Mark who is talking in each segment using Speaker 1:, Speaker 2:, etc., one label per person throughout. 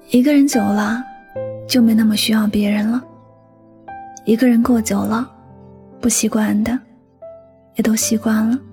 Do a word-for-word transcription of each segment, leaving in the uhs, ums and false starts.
Speaker 1: 一个人久了，就没那么需要别人了。一个人过久了，不习惯的，也都习惯了。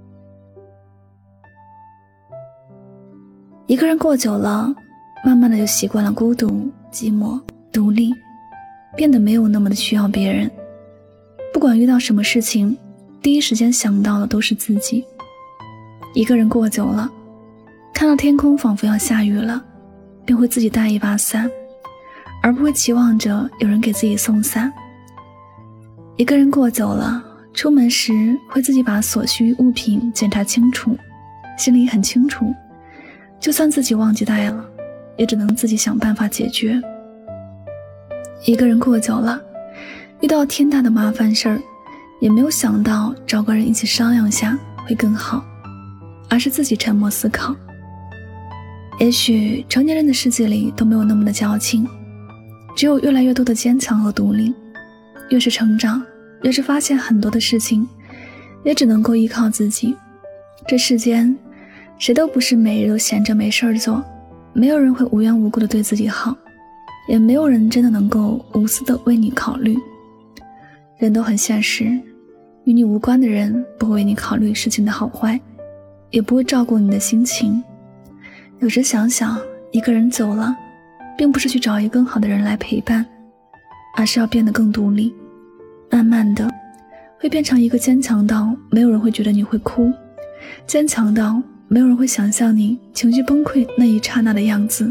Speaker 1: 一个人过久了，慢慢的就习惯了孤独、寂寞、独立，变得没有那么的需要别人。不管遇到什么事情，第一时间想到的都是自己。一个人过久了，看到天空仿佛要下雨了，便会自己带一把伞，而不会期望着有人给自己送伞。一个人过久了，出门时会自己把所需物品检查清楚，心里很清楚，就算自己忘记带了，也只能自己想办法解决。一个人过久了，遇到天大的麻烦事儿，也没有想到找个人一起商量下会更好，而是自己沉默思考。也许成年人的世界里都没有那么的矫情，只有越来越多的坚强和独立。越是成长，越是发现很多的事情也只能够依靠自己。这世间谁都不是每日都闲着没事儿做，没有人会无缘无故的对自己好，也没有人真的能够无私的为你考虑。人都很现实，与你无关的人不会为你考虑事情的好坏，也不会照顾你的心情。有时想想，一个人久了，并不是去找一个更好的人来陪伴，而是要变得更独立，慢慢的会变成一个坚强到没有人会觉得你会哭，坚强到没有人会想象你情绪崩溃那一刹那的样子。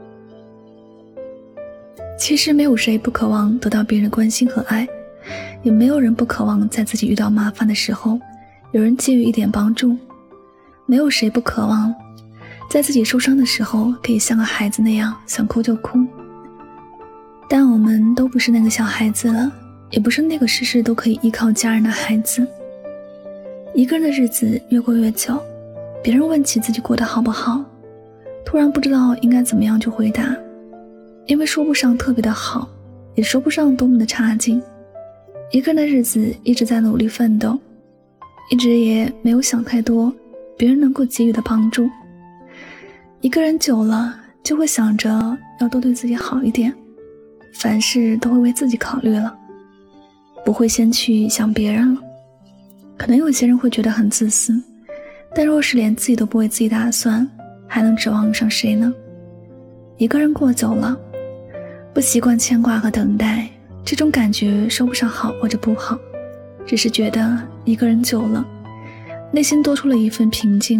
Speaker 1: 其实没有谁不渴望得到别人的关心和爱，也没有人不渴望在自己遇到麻烦的时候有人给予一点帮助，没有谁不渴望在自己受伤的时候可以像个孩子那样想哭就哭。但我们都不是那个小孩子了，也不是那个事事都可以依靠家人的孩子。一个人的日子越过越久，别人问起自己过得好不好，突然不知道应该怎么样去回答，因为说不上特别的好，也说不上多么的差劲。一个人的日子一直在努力奋斗，一直也没有想太多别人能够给予的帮助。一个人久了，就会想着要多对自己好一点，凡事都会为自己考虑了，不会先去想别人了。可能有些人会觉得很自私，但若是连自己都不为自己打算，还能指望上谁呢？一个人过久了，不习惯牵挂和等待，这种感觉说不上好或者不好，只是觉得一个人久了，内心多出了一份平静。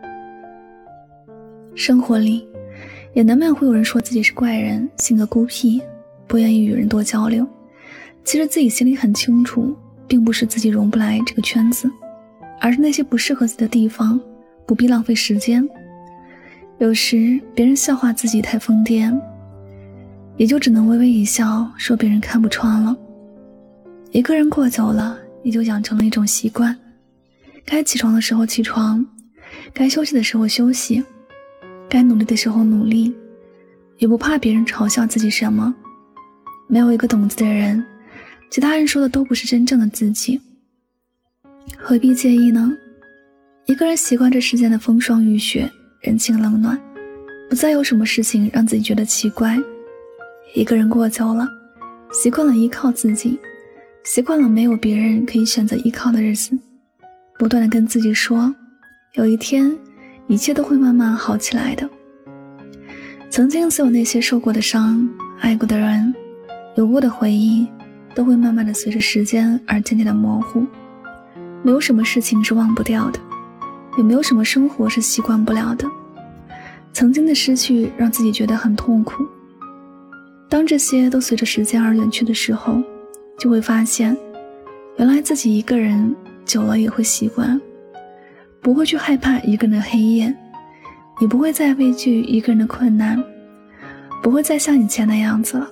Speaker 1: 生活里也难免会有人说自己是怪人，性格孤僻，不愿意与人多交流。其实自己心里很清楚，并不是自己融不来这个圈子，而是那些不适合自己的地方，不必浪费时间。有时别人笑话自己太疯癫，也就只能微微一笑，说别人看不穿了。一个人过久了，也就养成了一种习惯，该起床的时候起床，该休息的时候休息，该努力的时候努力，也不怕别人嘲笑自己什么。没有一个懂自己的人，其他人说的都不是真正的自己，何必介意呢？一个人习惯这世间的风霜雨雪，人情冷暖，不再有什么事情让自己觉得奇怪。一个人过久了，习惯了依靠自己，习惯了没有别人可以选择依靠的日子，不断地跟自己说，有一天一切都会慢慢好起来的。曾经所有那些受过的伤，爱过的人，有过的回忆，都会慢慢的随着时间而渐渐的模糊。没有什么事情是忘不掉的，也没有什么生活是习惯不了的。曾经的失去让自己觉得很痛苦，当这些都随着时间而远去的时候，就会发现原来自己一个人久了也会习惯，不会去害怕一个人的黑夜，也不会再畏惧一个人的困难，不会再像以前那样子了。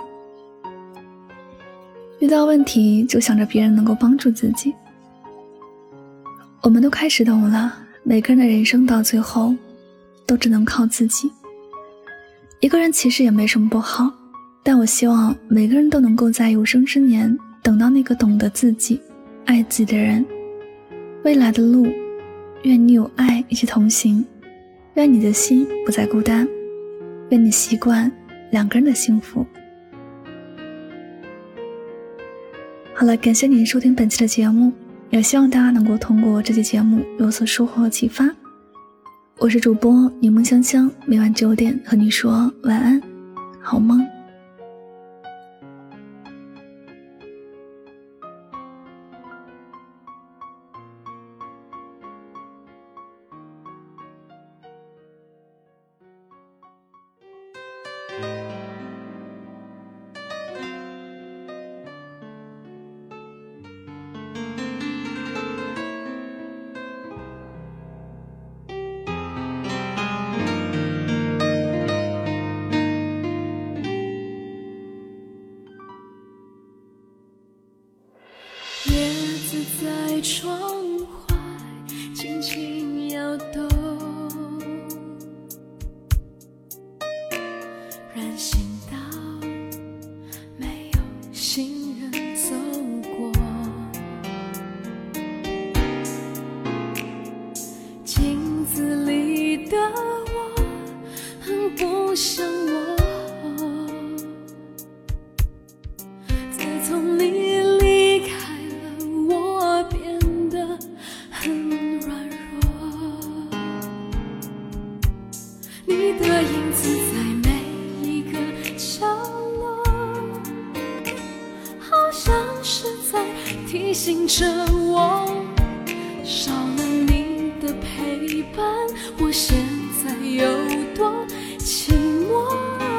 Speaker 1: 遇到问题就想着别人能够帮助自己。我们都开始懂了，每个人的人生到最后都只能靠自己。一个人其实也没什么不好，但我希望每个人都能够在有生之年等到那个懂得自己爱自己的人。未来的路，愿你有爱一起同行，愿你的心不再孤单，愿你习惯两个人的幸福。好了，感谢您收听本期的节目，也希望大家能够通过这期节目有所收获和启发。我是主播柠檬香香，每晚九点和你说晚安，好梦。
Speaker 2: 在窗外轻轻摇动，人行道没有行人走过，镜子里的我很不像我，自从你你的影子在每一个角落，好像是在提醒着我，少了你的陪伴，我现在有多寂寞。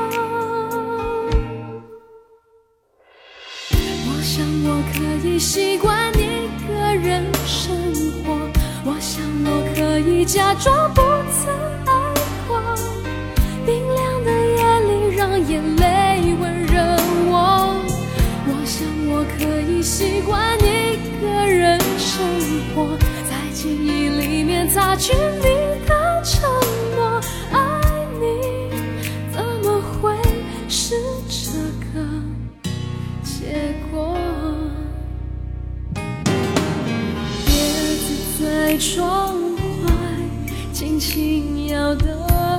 Speaker 2: 我想我可以习惯一个人生活，我想我可以假装不曾爱过，冰凉的夜里让眼泪温热我，我想我可以习惯一个人生活，在记忆里面擦去你的承诺，爱你怎么会是这个结果？叶子在窗外轻轻摇动，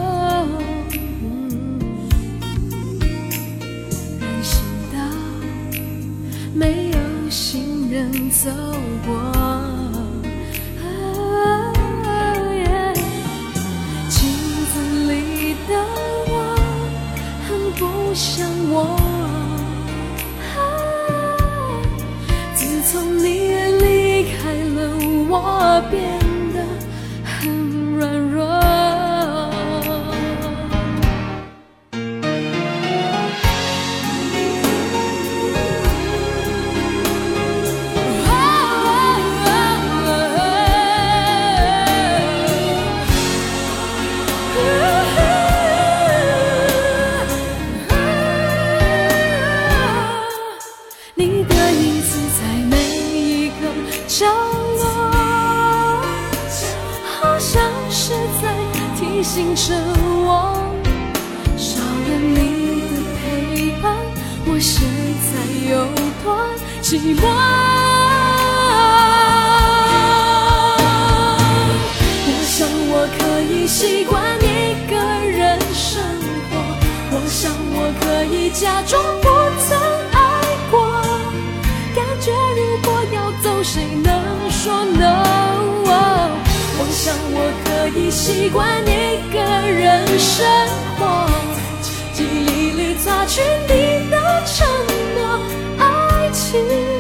Speaker 2: 没有行人走过，啊yeah、镜子里的我很不像我，啊、自从你离开了，我变得很软弱。角落，好像是在提醒着我，少了你的陪伴，我现在有多寂寞。我想我可以习惯一个人生活，我想我可以假装不曾爱过，感觉如果要走，谁能说 no？ 我想我可以习惯一个人生活，记忆里擦去你的承诺，爱情